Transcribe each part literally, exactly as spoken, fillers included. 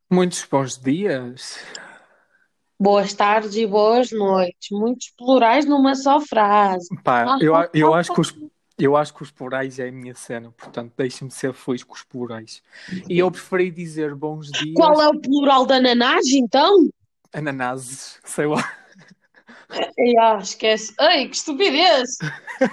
Muitos bons dias. Boas tardes e boas noites. Muitos plurais numa só frase. Pá, Ah, eu, ah, a- eu ah, acho ah. que os, eu acho que os plurais é a minha cena, portanto, deixa-me ser feliz com os plurais. E eu preferi dizer bons Qual dias, é o plural de ananás, então? ananases, sei lá. Ei, ah, esquece. Ei, que estupidez!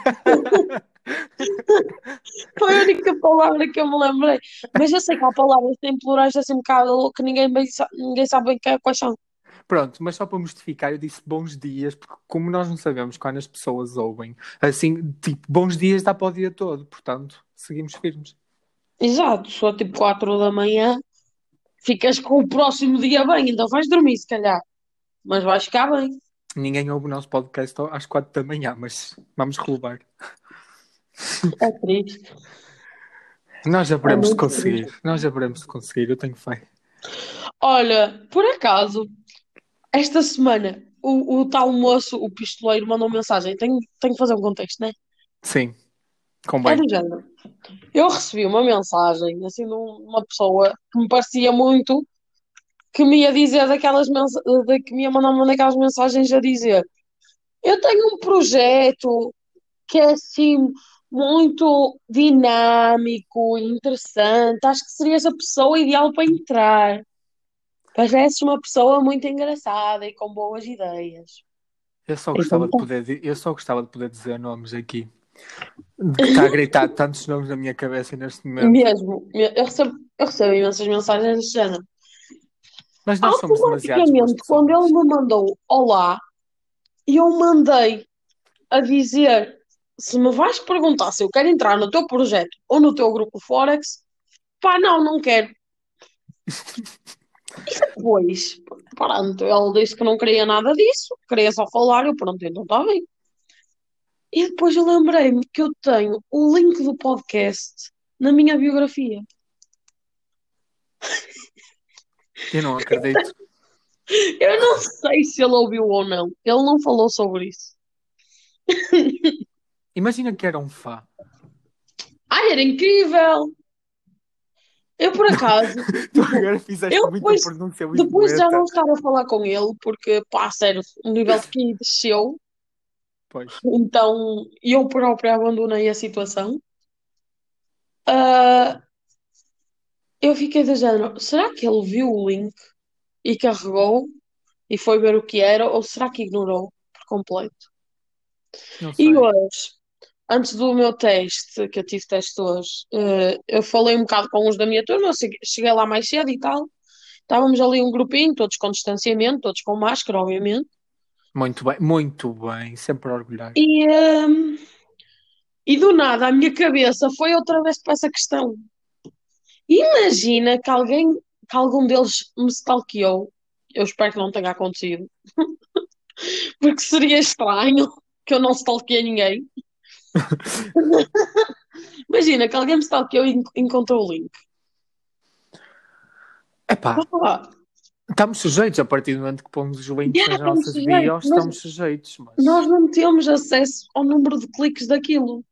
Foi a única palavra que eu me lembrei. Mas eu sei que há palavras que têm plurais assim um bocado que ninguém, bem sa- ninguém sabe bem que- quais são. Pronto, mas só para me justificar, eu disse bons dias, porque como nós não sabemos quando as pessoas ouvem, assim, tipo, bons dias dá para o dia todo, portanto, seguimos firmes. Exato, só tipo quatro da manhã, ficas com o próximo dia bem, então vais dormir se calhar, mas vais ficar bem. Ninguém ouve o nosso podcast às quatro da manhã, mas vamos relevar. É triste, Nós é haveremos de muito conseguir, triste. nós haveremos de conseguir, eu tenho fé. Olha, por acaso. Esta semana, o, o tal moço, o pistoleiro, mandou mensagem. Tenho, tenho que fazer um contexto, né? Sim, É convém. do género. Eu recebi uma mensagem, assim, de um- uma pessoa que me parecia muito que me ia dizer daquelas mensa- de, que me ia mandar uma daquelas mensagens a dizer: Eu tenho um projeto que é assim muito dinâmico, interessante. Acho que serias a pessoa ideal para entrar. Pareces uma pessoa muito engraçada e com boas ideias. Eu só Então, gostava de tá. poder, di- eu só gostava de poder dizer nomes aqui. De que está a gritar tantos nomes na minha cabeça neste momento. Mesmo, me- eu recebo, eu recebo imensas mensagens deste género. Mas nós somos demasiadas boas Automaticamente, quando ele pessoas. me mandou olá, eu mandei a dizer: se me vais perguntar se eu quero entrar no teu projeto ou no teu grupo Forex, pá, não, não quero. Pois, pronto, ele disse que não queria nada disso, queria só falar, eu pronto, então está bem. E depois eu lembrei-me que eu tenho o link do podcast na minha biografia. Eu não acredito. Eu não sei se ele ouviu ou não, ele não falou sobre isso. Imagina que era um fã. Ai, era incrível! Eu, por acaso, Tu tipo, agora fizeste eu muita depois, pronúncia depois de já não lisboeta. estar a falar com ele, porque, pá, sério, o nível de Q I desceu, Pois. então eu própria abandonei a situação. Ah, eu fiquei do género, será que ele viu o link e carregou e foi ver o que era, ou será que ignorou por completo? Não E sei. hoje, antes do meu teste, que eu tive teste hoje, eh, eu falei um bocado com os da minha turma, eu cheguei cheguei lá mais cedo e tal. Estávamos ali um grupinho, todos com distanciamento, todos com máscara, obviamente. Muito bem, muito bem. Sempre a orgulhar. E, hum, e do nada a minha cabeça foi outra vez para essa questão. Imagina que alguém, que algum deles me stalkeou. Eu espero que não tenha acontecido, porque seria estranho que eu não stalkeei ninguém. Imagina que alguém me stalkeou e en- encontrou o link. Epá, Ah, estamos sujeitos a partir do momento que pomos os links já nas estamos nossas sujeitos, bios, mas estamos sujeitos, nós mas. não temos acesso ao número de cliques daquilo.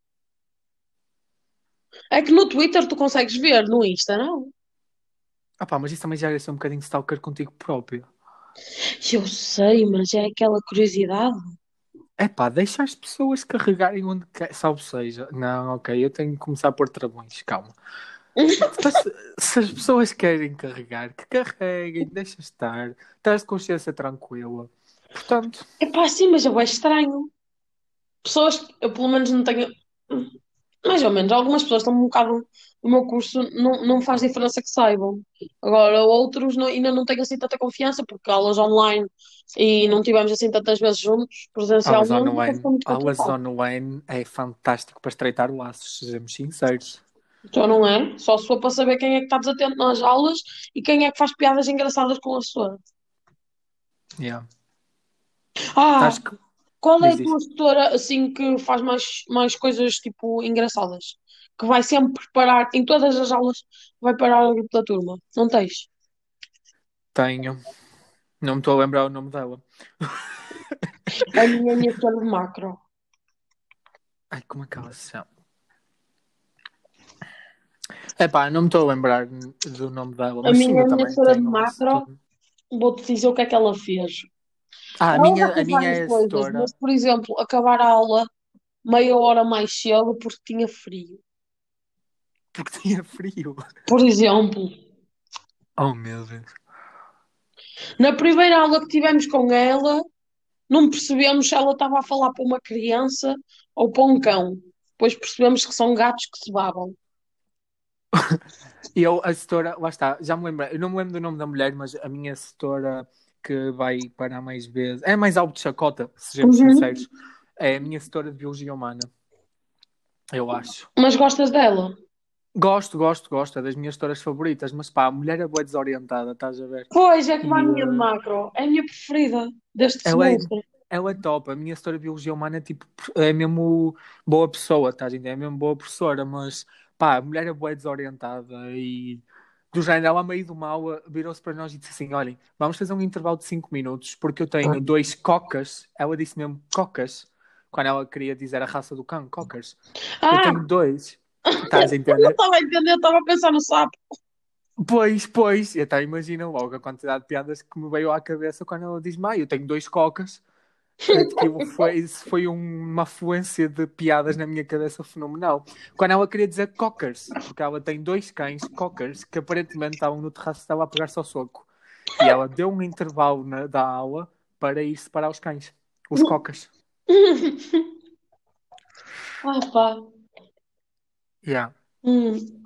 É que no Twitter tu consegues ver, no Insta não. Ah pá, mas isso também já é ser um bocadinho stalker contigo próprio. Eu sei, mas é aquela curiosidade. É pá, deixa as pessoas carregarem onde quer, salvo seja. Não, ok, eu tenho que começar a pôr travões, calma. Mas se, se as pessoas querem carregar, que carreguem, deixa estar. Estás de consciência tranquila. Portanto, Epá, sim, mas é bué estranho. Pessoas, que eu pelo menos não tenho. Mais ou menos, algumas pessoas estão um bocado. O meu curso não, não faz diferença que saibam. Agora, outros não- ainda não têm assim tanta confiança, porque aulas online e não tivemos assim tantas vezes juntos, aulas presencialmente, então online, ficou muito aulas complicado. online é fantástico para estreitar laços, sejamos sinceros. Então não é? Só se for para saber quem é que está desatento nas aulas e quem é que faz piadas engraçadas com a pessoa. Yeah. Ah, Acho que. qual é Diz a tua isso. setora assim que faz mais, mais coisas tipo engraçadas? Que vai sempre parar, em todas as aulas, vai parar o grupo da turma. Não tens? Tenho. Não me estou a lembrar o nome dela. A minha, minha setora de macro. Ai, como é que ela se chama? Epá, não me estou a lembrar do nome dela, A mas sim, minha, eu a minha também professora de tenho uma macro, setora. vou-te dizer o que é que ela fez. Ah, a Ela já minha, a fez minha várias é a coisas, mas, setora. por exemplo, acabar a aula meia hora mais cedo porque tinha frio. Porque tinha frio. Por exemplo, Oh meu Deus. na primeira aula que tivemos com ela, não percebemos se ela estava a falar para uma criança ou para um cão. Depois percebemos que são gatos que se babam. E eu, a setora, lá está, já me lembro, eu não me lembro do nome da mulher, mas a minha setora que vai para mais vezes, é mais algo de chacota, sejamos Uhum. sinceros, é a minha setora de Biologia Humana, eu acho. Mas gostas dela? Gosto, gosto, gosto, é das minhas setoras favoritas, mas pá, a mulher é boa desorientada, estás a ver? Pois, é como a E minha de eh, macro. É a minha preferida deste ela é, semestre. ela é top, a minha setora de Biologia Humana é tipo, é mesmo boa pessoa, estás a entender? É mesmo boa professora, mas pá, a mulher é boa desorientada e do género, ela a meio de uma aula virou-se para nós e disse assim: olhem, vamos fazer um intervalo de cinco minutos porque eu tenho dois cocas. Ela disse mesmo cocas, quando ela queria dizer a raça do cão, cockers. Eu Ah, tenho dois, estás a eu não entender? estava a entender, eu estava a pensar no sapo. Pois, pois, e até imagina logo a quantidade de piadas que me veio à cabeça quando ela diz: mãe, eu tenho dois cocas. Aquilo foi, isso foi um- uma afluência de piadas na minha cabeça fenomenal. Quando ela queria dizer cockers, porque ela tem dois cães cockers que aparentemente estavam no terraço dela a pegar-se ao soco. E ela deu um intervalo na- da aula para ir separar os cães, os cockers. Ah, pá. Yeah. Hum.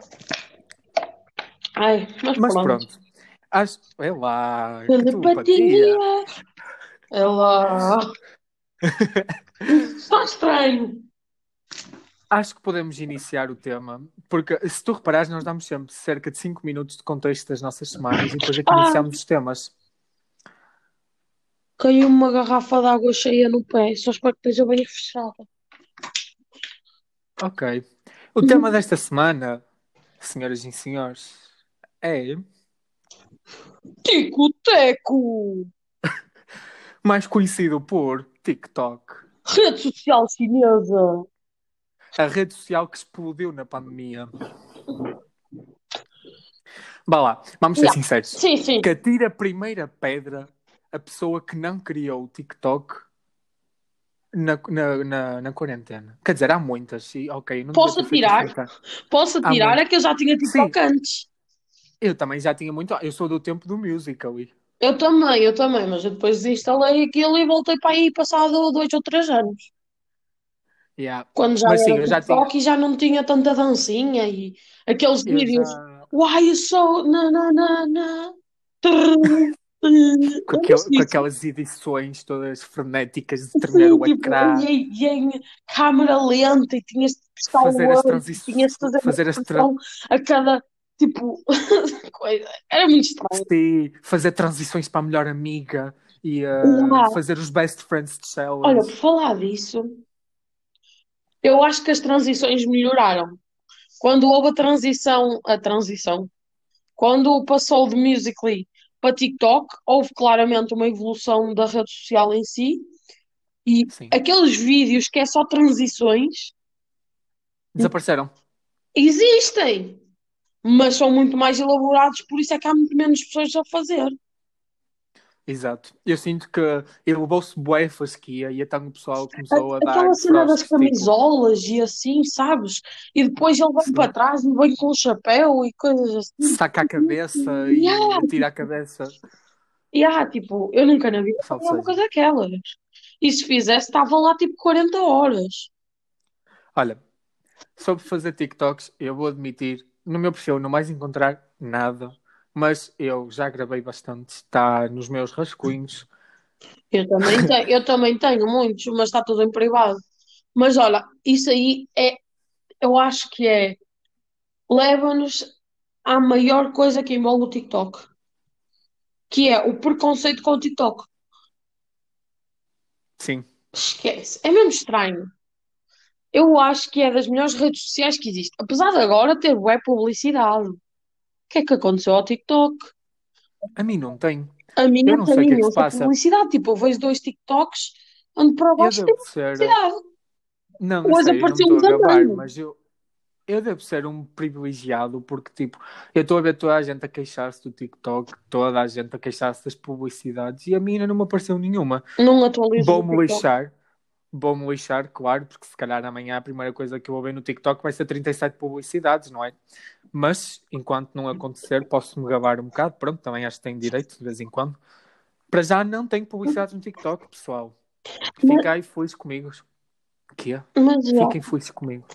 Ai, mas Mas pronto. pronto, acho, é lá, que telepatia. Telepatia. Ela. Está estranho. Acho que podemos iniciar o tema, porque se tu reparares, nós damos sempre cerca de cinco minutos de contexto das nossas semanas e depois aqui Ah, iniciamos os temas. caiu uma garrafa de água cheia no pé. Só espero que esteja bem fechada. Ok. O tema desta semana, senhoras e senhores, é Tico-teco. mais conhecido por TikTok, Rede social chinesa. a rede social que explodiu na pandemia. Vá lá, vamos ser Yeah. sinceros. Sim, sim. Que atira a primeira pedra a pessoa que não criou o TikTok na, na, na, na quarentena. Quer dizer, há muitas, e ok, não devia Posso ter feito atirar? assim, tá? Posso Há atirar? É muito. que eu já tinha Sim, TikTok antes. eu também já tinha muito. Eu sou do tempo do Musical.ly. Eu também, eu também, mas eu depois desinstalei aquilo e voltei para aí passado dois ou três anos. Yeah. Quando já Mas sim, era eu já tinha. TikTok e já não tinha tanta dancinha e aqueles Eu vídeos. já. Why you so na na na na. Trrr, trrr. com, Eu disse aquel, com isso. aquelas edições todas frenéticas de tremer Sim, o tipo, ecrã, e, e em câmara lenta e tinhas de prestar o fazer as olho, e transições, tinhas de fazer uma fazer as tra- expressão a cada tipo coisa. Era muito estranho. sim, fazer transições para a melhor amiga e uh, Yeah. fazer os best friends Olha, por challenge. falar disso, eu acho que as transições melhoraram. Quando houve a transição, a transição, quando passou de Musical.ly para TikTok, houve claramente uma evolução da rede social em si e Sim, aqueles vídeos que é só transições desapareceram. existem, mas são muito mais elaborados, por isso é que há muito menos pessoas a fazer. Exato. Eu sinto que ele levou-se bué a fasquia e então o pessoal começou a A- dar Aquela cena das frosques tipo camisolas e assim, sabes? E depois ele vem para sim, trás e vem com um chapéu e coisas assim. saca a cabeça e Yeah, atira a cabeça. yeah, tipo, eu nunca na vida Salve faria uma seja. coisa daquelas. E se fizesse, estava lá tipo quarenta horas. Olha, sobre fazer TikToks, eu vou admitir, no meu perfil não vais encontrar nada, mas eu já gravei bastante, está nos meus rascunhos. Eu também tenho, eu também tenho muitos, mas está tudo em privado. Mas olha, isso aí é, eu acho que é, leva-nos à maior coisa que envolve o TikTok, que é o preconceito com o TikTok. Sim, Esquece, é mesmo estranho. Eu acho que é das melhores redes sociais que existe, apesar de agora ter web publicidade. O que é que aconteceu ao TikTok? a mim não tem. A Eu minha não sei tem o que é que se imensa passa. publicidade. Tipo, eu vejo dois TikToks onde para Eu baixo tem devo ser. publicidade. Não, a Hoje sério, não me estou apareceu-me a gabar, também. mas eu. eu devo ser um privilegiado porque, tipo, eu estou a ver toda a gente a queixar-se do TikTok, toda a gente a queixar-se das publicidades e a mim ainda não me apareceu nenhuma. Não atualizo o Vou-me TikTok. lixar, vou-me lixar, claro, porque se calhar amanhã a primeira coisa que eu vou ver no TikTok vai ser trinta e sete publicidades, não é? Mas, enquanto não acontecer, posso-me gabar um bocado. Pronto, também acho que tenho direito de vez em quando. Para já não tenho publicidades no TikTok, pessoal. Mas, Fiquei felizes comigo. Que é? mas já. Fiquem felizes comigo.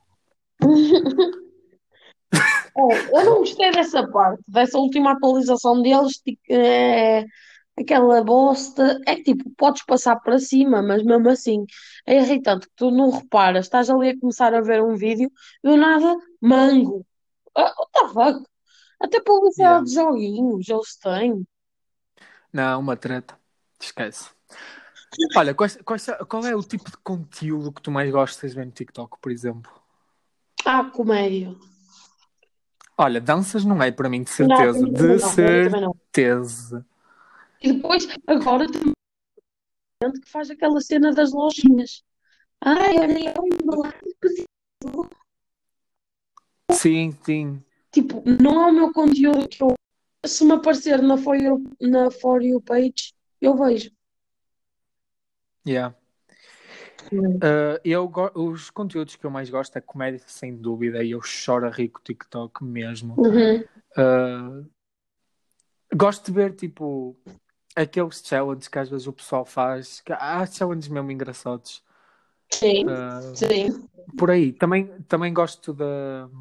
É, eu não gostei dessa parte, dessa última atualização deles, tipo, é, aquela bosta. É que tipo, podes passar para cima, mas mesmo assim é irritante que tu não reparas, estás ali a começar a ver um vídeo, do nada, mango. Ah, what the fuck? Até publicidade Yeah. de joguinhos, eles têm. Não, uma treta. Esquece. Olha, quais- quais- qual é o tipo de conteúdo que tu mais gostas de ver no TikTok, por exemplo? Ah, comédia. Olha, danças não é para mim, de Não, para certeza. mim também De não, para mim também não. certeza. E depois, agora tem gente que faz aquela cena das lojinhas. Ai, olha, é um like pedido. Sim, sim. Tipo, não é o meu conteúdo que eu. Se me aparecer na For You, na For You page, eu vejo. Yeah. Uh, eu, go- os conteúdos que eu mais gosto é comédia, sem dúvida, e eu choro a rir com o TikTok mesmo. Uhum. Uh, gosto de ver, tipo, aqueles challenges que às vezes o pessoal faz. Que há challenges mesmo engraçados. Sim, Uh, sim. por aí. Também, também gosto de,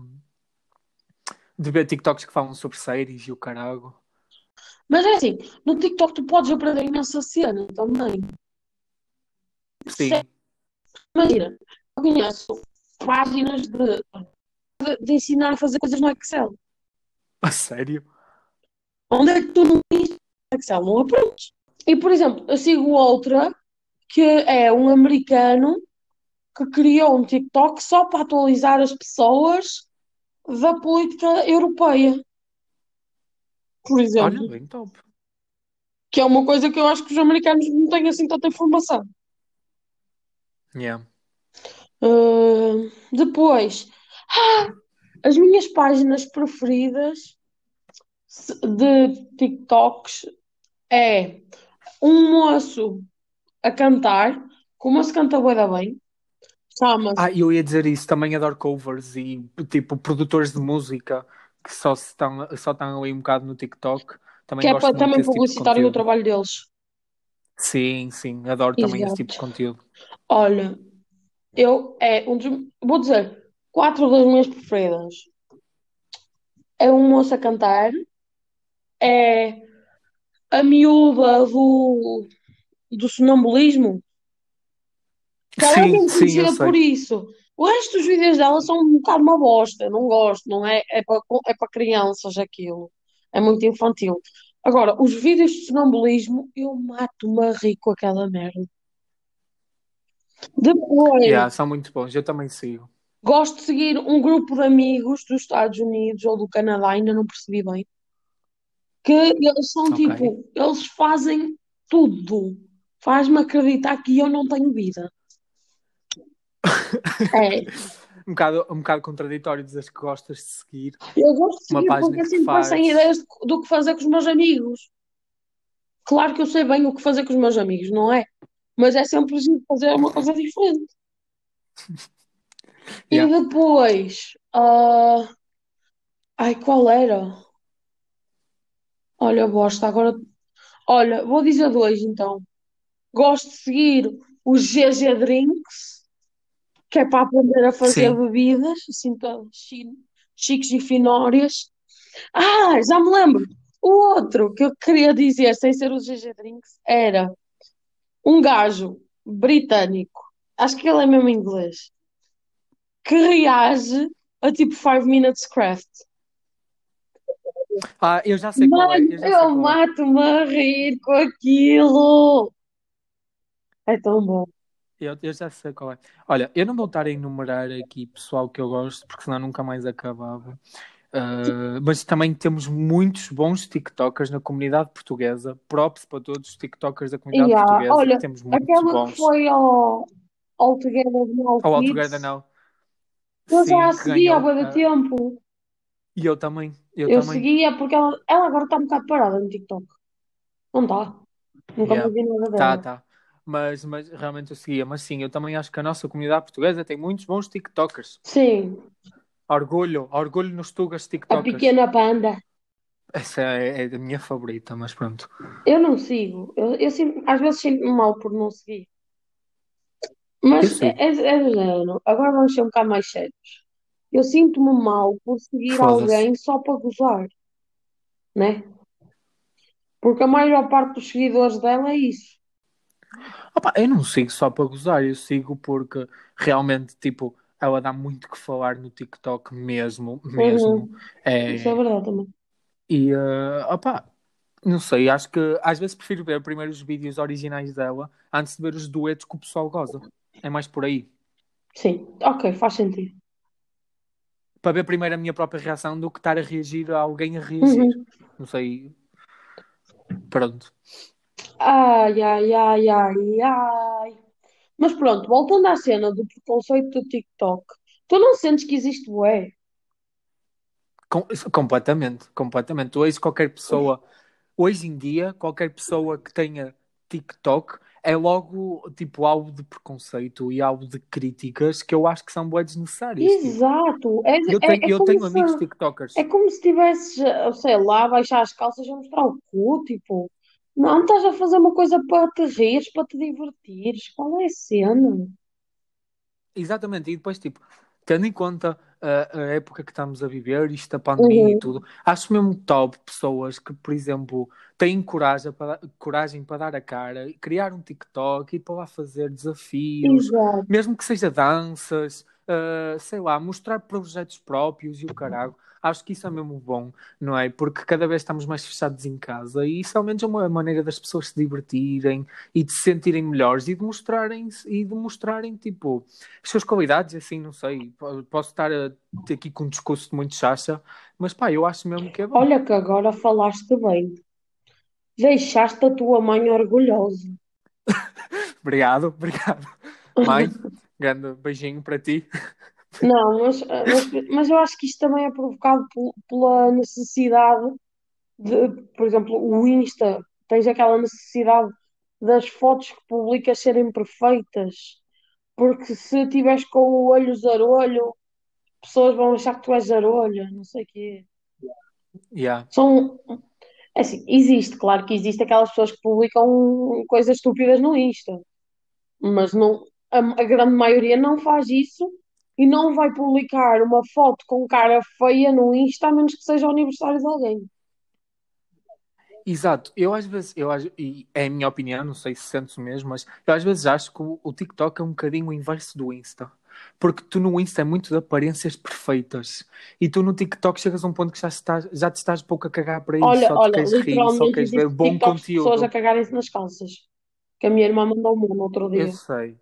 de ver TikToks que falam sobre séries e o carago. Mas é assim, no TikTok tu podes aprender imensa cena também. Se- Sim, Imagina, eu conheço páginas de, de, de ensinar a fazer coisas no Excel. a sério. Onde é que tu no Excel não aprendes? E, por exemplo, eu sigo outra que é um americano que criou um TikTok só para atualizar as pessoas da política europeia, por Olha, exemplo. bem top. Que é uma coisa que eu acho que os americanos não têm assim tanta informação. Yeah. Uh, depois, ah, as minhas páginas preferidas se- de TikToks é um moço a cantar, que o moço canta bué da bem, chama-se, Ah, eu ia dizer isso, também adoro covers e tipo produtores de música que só se estão, só estão ali um bocado no TikTok. que Também é para gosto muito também desse tipo de publicitarem o conteúdo. trabalho deles. Sim, sim, adoro também esse tipo de Exato. conteúdo. Olha, eu é um dos, vou dizer, quatro das minhas preferidas. É um moço a cantar, é a miúda do, do sonambulismo, que ela é Sim, bem sim, eu conhecida por sei. isso. O resto dos vídeos dela são um bocado uma bosta, não gosto, não é? É para é para crianças aquilo. É muito infantil. Agora, os vídeos de sonambulismo, eu mato-me a rir com aquela merda. Depois, Yeah, são muito bons, eu também sigo. gosto de seguir um grupo de amigos dos Estados Unidos ou do Canadá, ainda não percebi bem, que eles são Ok. tipo, eles fazem tudo. Faz-me acreditar que eu não tenho vida. É, Um bocado, um bocado contraditório dizer que gostas de seguir eu gosto de uma seguir página porque que assim me passem faz. ideias de- do que fazer com os meus amigos. Claro que eu sei bem o que fazer com os meus amigos, não é? Mas é sempre giro fazer uma coisa diferente. E Yeah. depois, ah, ai, qual era? Olha, bosta, agora. Olha, vou dizer dois então. Gosto de seguir os G G Drinks, que é para aprender a fazer Sim. bebidas, assim, todas chi- chiques e finórias. Ah, já me lembro. O outro que eu queria dizer, sem ser os G G Drinks, era um gajo britânico, acho que ele é mesmo inglês, que reage a tipo five Minutes Craft. Ah, eu já sei qual é, Mano, eu já sei eu qual é. mato-me a rir com aquilo. É tão bom. Eu, eu já sei qual é. Olha, eu não vou estar a enumerar aqui pessoal que eu gosto, porque senão nunca mais acabava. Uh, mas também temos muitos bons TikTokers na comunidade portuguesa. Props para todos os TikTokers da E comunidade há, portuguesa, que olha, temos muitos aquela que bons. foi ao All Together Now Ao All Together Kids, Now. Eu já a sim, que seguia há ganhou. bué de ah, tempo. e eu também, eu Eu também. seguia porque ela, ela agora está um bocado parada no TikTok. Não está. Nunca mais Yeah. vi nada Tá, dela. tá. Mas, mas realmente eu seguia. Mas sim, eu também acho que a nossa comunidade portuguesa tem muitos bons TikTokers. Sim, Orgulho, orgulho nos Tugas a TikTokers. pequena panda. Essa é, é a minha favorita, mas pronto. Eu não sigo. Eu, eu sinto- às vezes sinto-me mal por não seguir. Mas Eu é, sigo. é, é do género. Agora vamos ser um bocado mais sérios. Eu sinto-me mal por seguir Foda-se. alguém só para gozar, né? Porque a maior parte dos seguidores dela é isso. Opa, eu não sigo só para gozar, eu sigo porque realmente, tipo, ela dá muito que falar no TikTok mesmo, mesmo. Uhum. Isso é É, verdade também. e, uh, opa, não sei, acho que às vezes prefiro ver primeiro os vídeos originais dela antes de ver os duetos que o pessoal goza. É mais por aí. Sim, ok, faz sentido. Para ver primeiro a minha própria reação do que estar a reagir a alguém a reagir. Uhum. Não sei, pronto. Ai, ai, ai, ai, ai. Mas pronto, voltando à cena do preconceito do TikTok, tu não sentes que existe bué? Com- completamente, completamente. Hoje qualquer pessoa, hoje em dia, qualquer pessoa que tenha TikTok é logo tipo alvo de preconceito e alvo de críticas que eu acho que são bué desnecessárias. Tipo, Exato. É, eu tenho, é, é eu como tenho se, amigos é TikTokers. como se tivesses, eh, sei lá, a baixar as calças e a mostrar o cu, tipo. Não, estás a fazer uma coisa para te rires, para te divertires. Qual é a cena? Exatamente, e depois, tipo, tendo em conta a, a época que estamos a viver, isto da pandemia e Uhum. tudo, acho mesmo top pessoas que, por exemplo, têm coragem para, coragem para dar a cara, criar um TikTok e para lá fazer desafios, Exato. mesmo que seja danças, ah, sei lá, mostrar projetos próprios e o caralho. Acho que isso é mesmo bom, não é? Porque cada vez estamos mais fechados em casa e isso ao menos é uma maneira das pessoas se divertirem e de se sentirem melhores e de mostrarem, e de mostrarem, tipo as suas qualidades, assim, não sei. Posso estar a ter aqui com um discurso de muito chacha, mas pá, eu acho mesmo que é bom. Olha que agora falaste bem. Deixaste a tua mãe orgulhosa. Obrigado, obrigado. Mãe, grande beijinho para ti. Não, mas, mas, mas eu acho que isto também é provocado pel- pela necessidade de, por exemplo, o Insta, tens aquela necessidade das fotos que publicas serem perfeitas, porque se tiveres com o olho zarolho, pessoas vão achar que tu és zarolho, não sei o quê. Yeah. São, é assim, existe, claro que existe aquelas pessoas que publicam coisas estúpidas no Insta, mas não, a, a grande maioria não faz isso e não vai publicar uma foto com cara feia no Insta, a menos que seja o aniversário de alguém. Exato, eu às vezes, eu, às- e é a minha opinião, não sei se sentes o mesmo, mas eu às vezes acho que o, o TikTok é um bocadinho o inverso do Insta. Porque tu no Insta é muito de aparências perfeitas e tu no TikTok chegas a um ponto que já, estás, já te estás pouco a cagar para isso, Olha, só te olha, queres rir e só literalmente queres ver existe bom TikToks de pessoas a conteúdo. cagarem-se nas calças. Que a minha irmã mandou-me um no outro Eu dia. sei.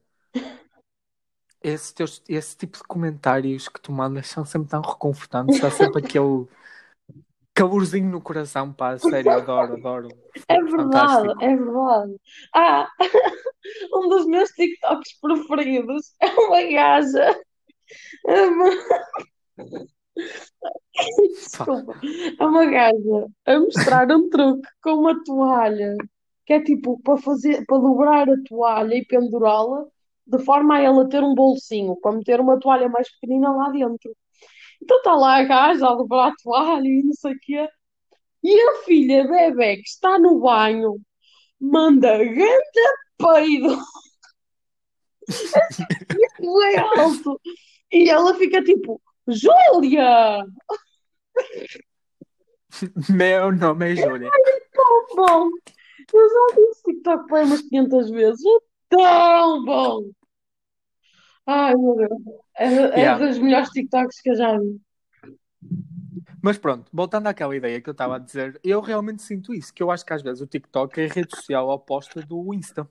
Esse, teus- esse tipo de comentários que tu mandas são sempre tão reconfortantes, dá sempre aquele calorzinho no coração, pá, sério, adoro, adoro. É F- verdade, Fantástico. é verdade. Ah, um dos meus TikToks preferidos é uma gaja. É uma... Pá, Desculpa. É uma gaja a mostrar um truque com uma toalha que é tipo para fazer, para dobrar a toalha e pendurá-la de forma a ela ter um bolsinho para meter uma toalha mais pequenina lá dentro. Então está lá a gaja a dobrar a toalha e não sei o quê. E a filha bebé que está no banho manda grande peido bem alto. E ela fica tipo, Júlia! meu nome é Júlia. Tão bom! Eu já vi esse TikTok para umas quinhentas vezes. É tão bom! Ai, meu Deus. É, é Yeah. dos melhores TikToks que eu já vi. Mas pronto, voltando àquela ideia que eu estava a dizer, eu realmente sinto isso, que eu acho que às vezes o TikTok é a rede social oposta do Insta.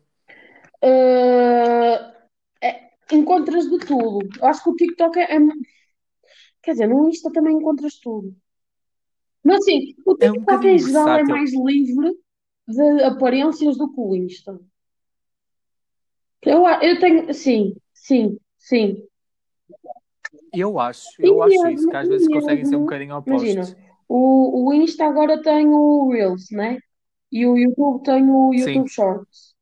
Ah, é- encontras de tudo. Eu acho que o TikTok é, é- Quer dizer, no Insta também encontras tudo. Mas sim, o É um TikTok em bocadinho geral é versátil. mais livre de aparências do que o Insta. Eu, a- eu tenho. Sim, sim, sim. Eu acho, E eu acho isso, que mesmo, às vezes e conseguem ser um mesmo, bocadinho imagina, opostos. o, o Insta agora tem o Reels, né? E o YouTube tem o Sim, YouTube Shorts.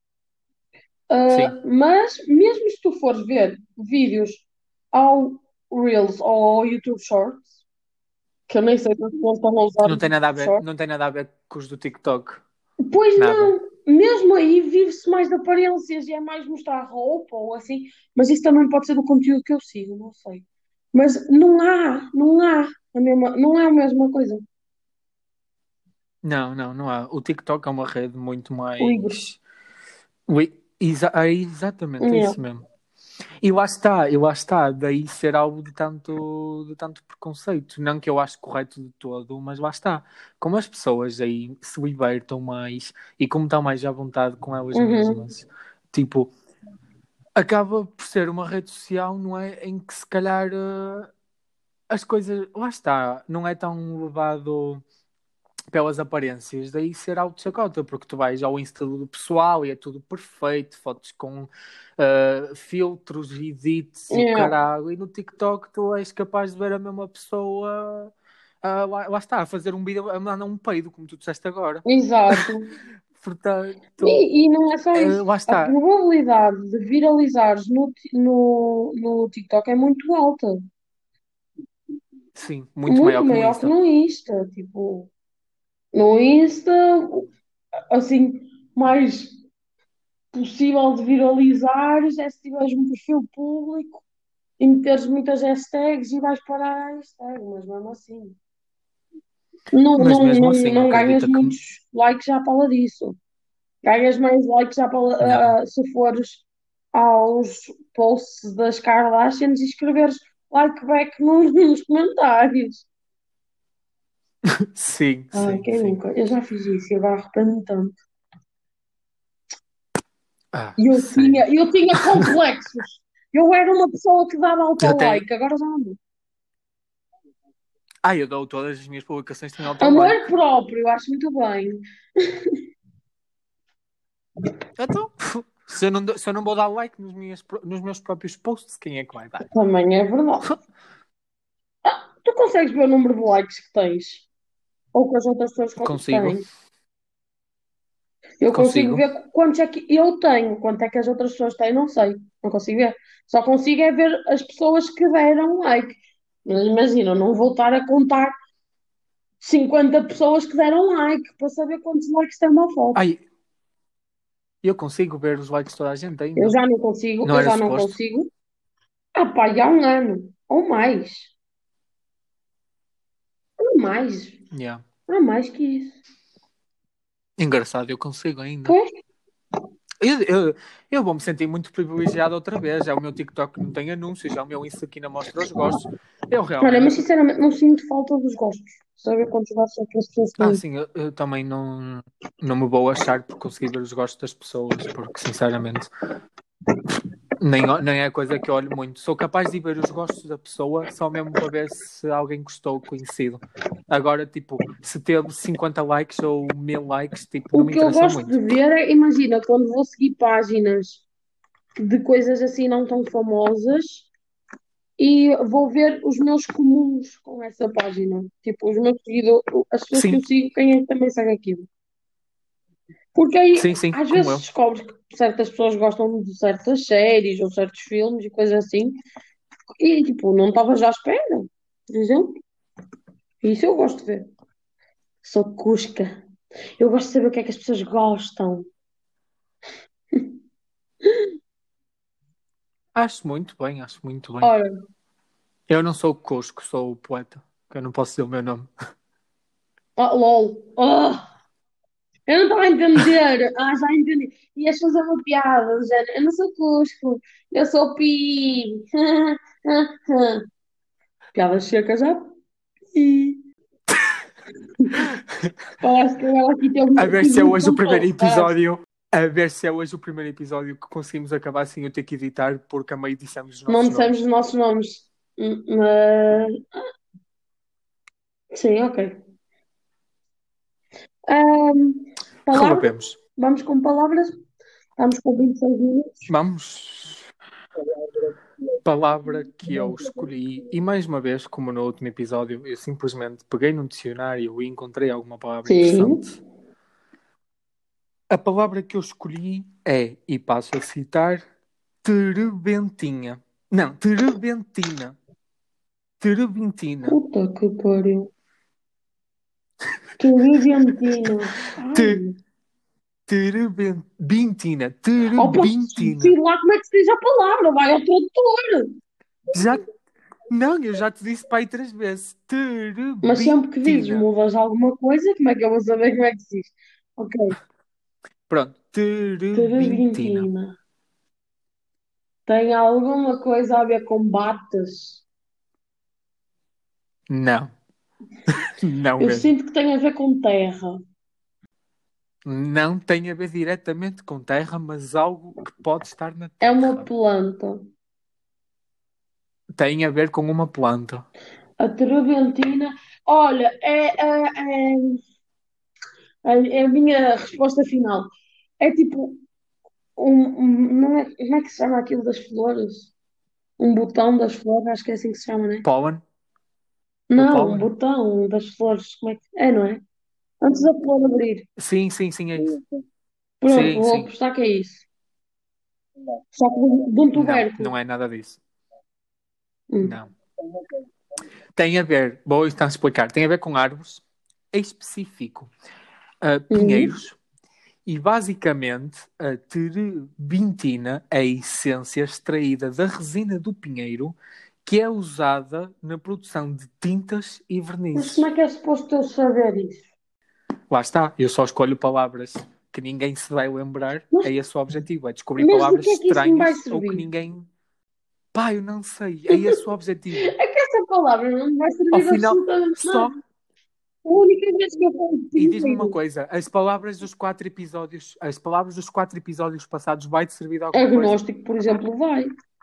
Ah, sim. mas mesmo se tu fores ver vídeos ao Reels ou ao YouTube Shorts, que eu nem sei se as pessoas estão a usar o Não tem YouTube nada a ver, Shorts, não tem nada a ver com os do TikTok. pois Nada. não, mesmo aí vive-se mais de aparências e é mais mostrar roupa ou assim, mas isso também pode ser do conteúdo que eu sigo, não sei. Mas não há, não há a mesma, não é a mesma coisa. Não, não, não há. O TikTok é uma rede muito Livre. mais. Ui, exa- é exatamente, é Yeah. isso mesmo. E lá está, e lá está, daí ser algo de tanto, de tanto preconceito. Não que eu acho correto de todo, mas lá está. Como as pessoas aí se libertam mais e como estão mais à vontade com elas Uhum. mesmas, tipo, acaba por ser uma rede social, não é? Em que se calhar eh, as coisas, lá está, não é tão levado pelas aparências, daí ser algo de chacota, porque tu vais ao Insta do pessoal e é tudo perfeito, fotos com uh, filtros, edits e o Yeah. caralho, e no TikTok tu és capaz de ver a mesma pessoa, uh, lá, lá está, a fazer um vídeo, a mandar um peido, como tu disseste agora. Exato. Portanto, E, e não é só isso. uh, lá A está, probabilidade de viralizares no, ti- no, no TikTok é muito alta. sim, muito Muito maior que no maior que Insta. no Insta. Tipo, no Insta, assim, mais possível de viralizares é se tiveres um perfil público e meteres muitas hashtags e vais parar a hashtag, mas mesmo assim. Não, Mas não, mesmo não, assim, não ganhas acredita que. muitos likes à pala disso. Ganhas mais likes à pala, Não. ah, se fores aos posts das Kardashians e escreveres like back nos, nos comentários. Sim, Ai, sim, quem sim. nunca? Eu já fiz isso e agora arrependo-me tanto. Ah, E eu tinha, sério. eu tinha complexos. Eu era uma pessoa que dava Eu tenho. auto-like, agora já não. Ah, eu dou todas as minhas publicações têm Amor auto-like. próprio, acho muito bem. Então, se eu não, dou- se eu não vou dar like nos, minhas, pró- nos meus próprios posts, quem é que vai dar? Também é verdade. Tu consegues ver o número de likes que tens? Ou que as outras pessoas co- Consigo, têm? Eu consigo consigo. ver quantos é que eu tenho, quanto é que as outras pessoas têm, não sei. Não consigo ver. Só consigo é ver as pessoas que deram like. Mas imagina, eu não vou estar a contar cinquenta pessoas que deram like para saber quantos likes tem uma foto. Ai, eu consigo ver os likes de toda a gente Eu ainda. já não consigo, Não eu era já não suposto? consigo. Ah, pá, e há um ano, ou mais. Ou mais. Yeah. Há mais que isso. Engraçado, eu consigo ainda. Pois, Eu, eu, eu vou me sentir muito privilegiado outra vez. Já o meu TikTok não tem anúncios, já o meu Insta aqui não mostra os gostos. Eu olha, mas realmente. sinceramente não sinto falta dos gostos. Saber quantos gostos é que as pessoas Ah, têm. sim, eu, eu também não, não me vou achar por conseguir ver os gostos das pessoas, porque sinceramente. Nem, nem é coisa que eu olho muito. Sou capaz de ir ver os gostos da pessoa só mesmo para ver se alguém gostou conhecido. Agora, tipo, se teve cinquenta likes ou mil likes, tipo, não O me que eu interessa gosto de muito. ver é, imagina, quando vou seguir páginas de coisas assim não tão famosas e vou ver os meus comuns com essa página. Tipo, os meus seguidores, as pessoas que eu Sim, sigo, quem é que também segue aquilo. Porque aí, sim, sim, às como vezes eu. descobres que certas pessoas gostam de certas séries ou certos filmes e coisas assim, e tipo, não estava já à espera, por exemplo. Isso eu gosto de ver. Sou cusca. Eu gosto de saber o que é que as pessoas gostam. Acho muito bem, acho muito bem. Ora, Eu não sou o Cusco, sou o poeta, que eu não posso dizer o meu nome. oh, LOL. Oh, eu não estava a entender. Ah, já entendi. Ias fazer uma piada, do género. Eu não sou Cusco, eu sou Pi. Piadas secas já. Pi. Parece que agora aqui teve A ver se é um hoje o primeiro controle, parece. episódio. A ver se é hoje o primeiro episódio que conseguimos acabar sem eu ter que editar, porque a meio dissemos os Não nossos dissemos nomes. os nossos nomes. Hum, Mas. Sim, ok. Ahm, palavras? Relevemos. Vamos com palavras? Estamos com vinte e seis minutos. Vamos. palavra que eu escolhi, e mais uma vez, como no último episódio, eu simplesmente peguei num dicionário e encontrei alguma palavra Sim. interessante. A palavra que eu escolhi é, e passo a citar, terebentinha. Não, terebentina. Terebentina. Puta que pariu. Terebentina. Ai. Te, terebentina. Opa, Terebintina. sei lá como é que se diz a palavra, vai ao tradutor. Já. Não, eu já te disse para aí três vezes. Mas sempre que dizes Terebentina. mudas alguma coisa, como é que eu vou saber como é que se diz? Ok, Pronto, terebentina. terebentina. Tem alguma coisa a ver com bates? Não, não Eu mesmo. sinto que tem a ver com terra. Não tem a ver diretamente com terra, mas algo que pode estar na É uma terra. planta. Tem a ver com uma planta. A terebentina. Olha, é, é, é, é a minha resposta final. É tipo um, um- não é, como é que se chama aquilo das flores? Um botão das flores, acho que é assim que se chama, não é? Pólen? O Não, um pólen? botão das flores, como é que é, não é? Antes da flor abrir. Sim, sim, sim, é isso. Pronto, Sim, vou sim. apostar que é isso. Só que de de um Não, tubérculo. não é nada disso. Hum. Não. Tem a ver, vou então explicar, tem a ver com árvores, em específico, uh, Hum. pinheiros, e basicamente a terebintina é a essência extraída da resina do pinheiro que é usada na produção de tintas e Mas como vernizes. é que é suposto eu saber isso? Lá está, eu só escolho palavras que ninguém se vai lembrar, Mas, é esse o objetivo, é descobrir mas de palavras que é que isso me vai estranhas ou que servir? ninguém... Pá, eu não sei, é esse o objetivo. É que essa palavra não me vai Ao servir de final, absolutamente nada. só... A única vez que eu falo de E diz-me uma dinheiro, coisa, as palavras dos quatro episódios, as palavras dos quatro episódios passados vai-te servir de alguma coisa? agnóstico, por exemplo, vai.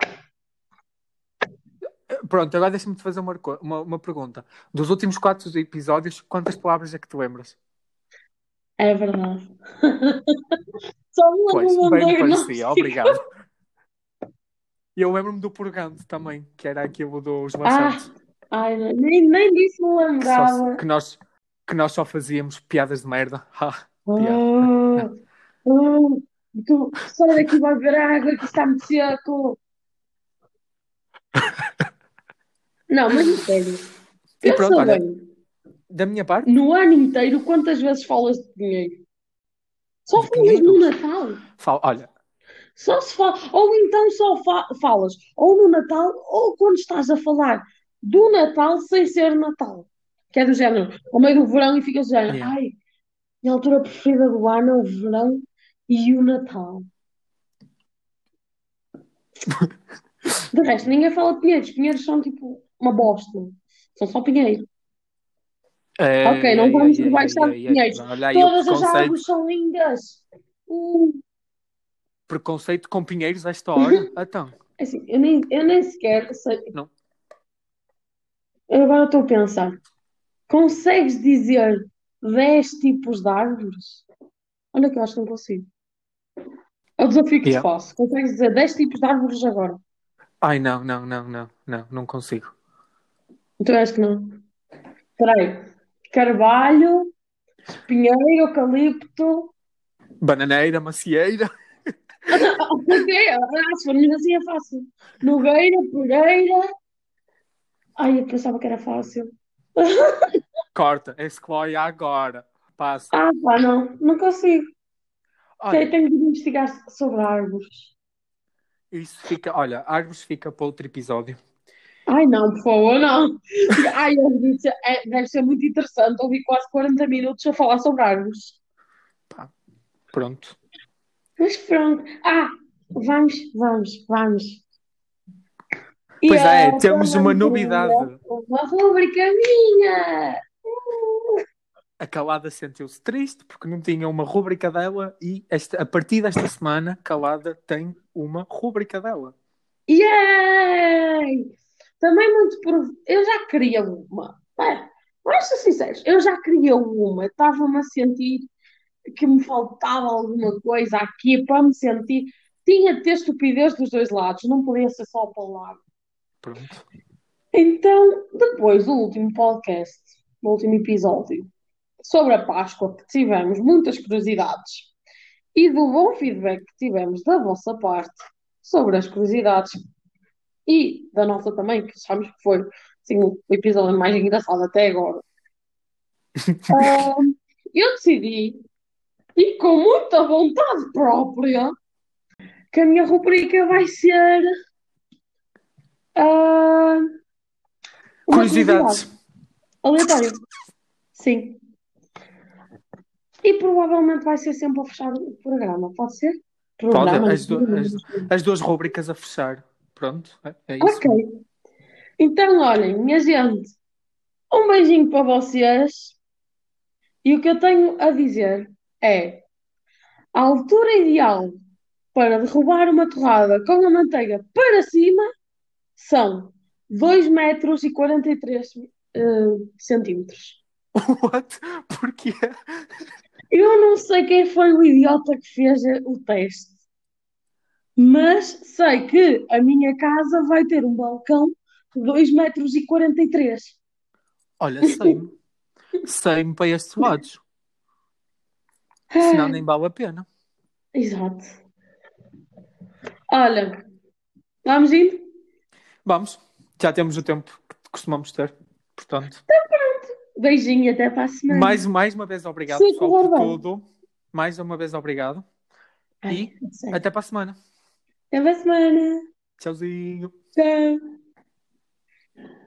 Pronto, agora deixa-me te fazer uma, uma, uma pergunta. Dos últimos quatro episódios, quantas palavras é que te lembras? É verdade. Só me lembro Pois, o nome do bem me parecia, agnóstico. obrigado. E eu lembro-me do Purgante também, que era aquilo dos Ah, laxantes. ai, não, nem, nem disso me Que, só, lembrava. que, nós, que nós só fazíamos piadas de merda. Ha, piada. Ah, ah, tu, sai daqui, vai beber água que está muito seco. Não, mas em sério, E pensa pronto, olha, bem, da minha parte, no ano inteiro, quantas vezes falas de dinheiro? Só de falas no pinheiros. Natal. Fala, olha, Só se fala, ou então só fa- falas ou no Natal ou quando estás a falar do Natal sem ser Natal. Que é do género, ao meio do verão e ficas do género, yeah. ai, minha altura preferida do ano é o verão e o Natal. De resto, ninguém fala de pinheiros. Pinheiros são tipo uma bosta. São só pinheiro. Ok, Ei, não ei, vamos ei, ei, rebaixar ei, de ei, ei. pinheiros. Olha aí o Todas as preconceito. árvores são lindas. Hum. Preconceito com pinheiros a esta hora? Então, É assim, eu nem, eu nem sequer sei. não. Eu agora estou a pensar. Consegues dizer dez tipos de árvores? Olha que eu acho que não consigo. É o desafio que te Yeah. faço. Consegues dizer dez tipos de árvores agora? Ai, não, não, não, não, não, não consigo. Então acho que não. Espera aí. Carvalho, espinheiro, eucalipto. Bananeira, macieira. Ok, ah, se formos assim é fácil. Nogueira, Pereira. Ai, eu pensava que era fácil. Corta, exclui agora. Passa. Ah, pá, não, não consigo. Tenho, Olha, tenho de investigar sobre árvores. isso fica. Olha, árvores fica para outro episódio. Ai, não, por favor, não. Ai, eu disse, é, deve ser muito interessante ouvir quase quarenta minutos a falar sobre árvores. Pá, pronto. Mas pronto. Ah, vamos, vamos, vamos. E Pois é, a temos uma novidade. uma rúbrica minha. A Calada sentiu-se triste porque não tinha uma rúbrica dela e esta, a partir desta semana, Calada tem uma rúbrica dela. Yay! Também muito por... Eu já queria uma. É, vamos ser sinceros, eu já queria uma. Estava-me a sentir que me faltava alguma coisa aqui para me sentir. Tinha de ter estupidez dos dois lados, não podia ser só para o lado. Pronto. Então, depois do último podcast, do último episódio, sobre a Páscoa, que tivemos muitas curiosidades, e do bom feedback que tivemos da vossa parte sobre as curiosidades e da nossa também, que achamos que foi assim, o episódio mais engraçado até agora. Ah, eu decidi, e com muita vontade própria, que a minha rubrica vai ser ah, uma curiosidade Curiosidades. aleatória. Sim. E provavelmente vai ser sempre a fechar o programa, pode ser? Pode, Programa, não as, du- sei, as, mas- as duas rúbricas a fechar. Pronto, é, é Ok. isso. Então, olhem, minha gente, um beijinho para vocês. E o que eu tenho a dizer é: a altura ideal para derrubar uma torrada com a manteiga para cima são dois metros e quarenta e três eh, centímetros. What? Porquê? Eu não sei quem foi o idiota que fez o teste, mas sei que a minha casa vai ter um balcão de dois metros e quarenta e três. Olha, sei-me. Sei-me para estes lados. Senão Ah, nem vale a pena. exato. Olha, vamos indo? Vamos. Já temos o tempo que costumamos ter. Portanto, Beijinho e até para a semana. mais, mais uma vez obrigado, Se pessoal, correr por bem. tudo. Mais uma vez obrigado. Ai, E não sei. até para a semana. Até para a semana. Tchauzinho. Tchau.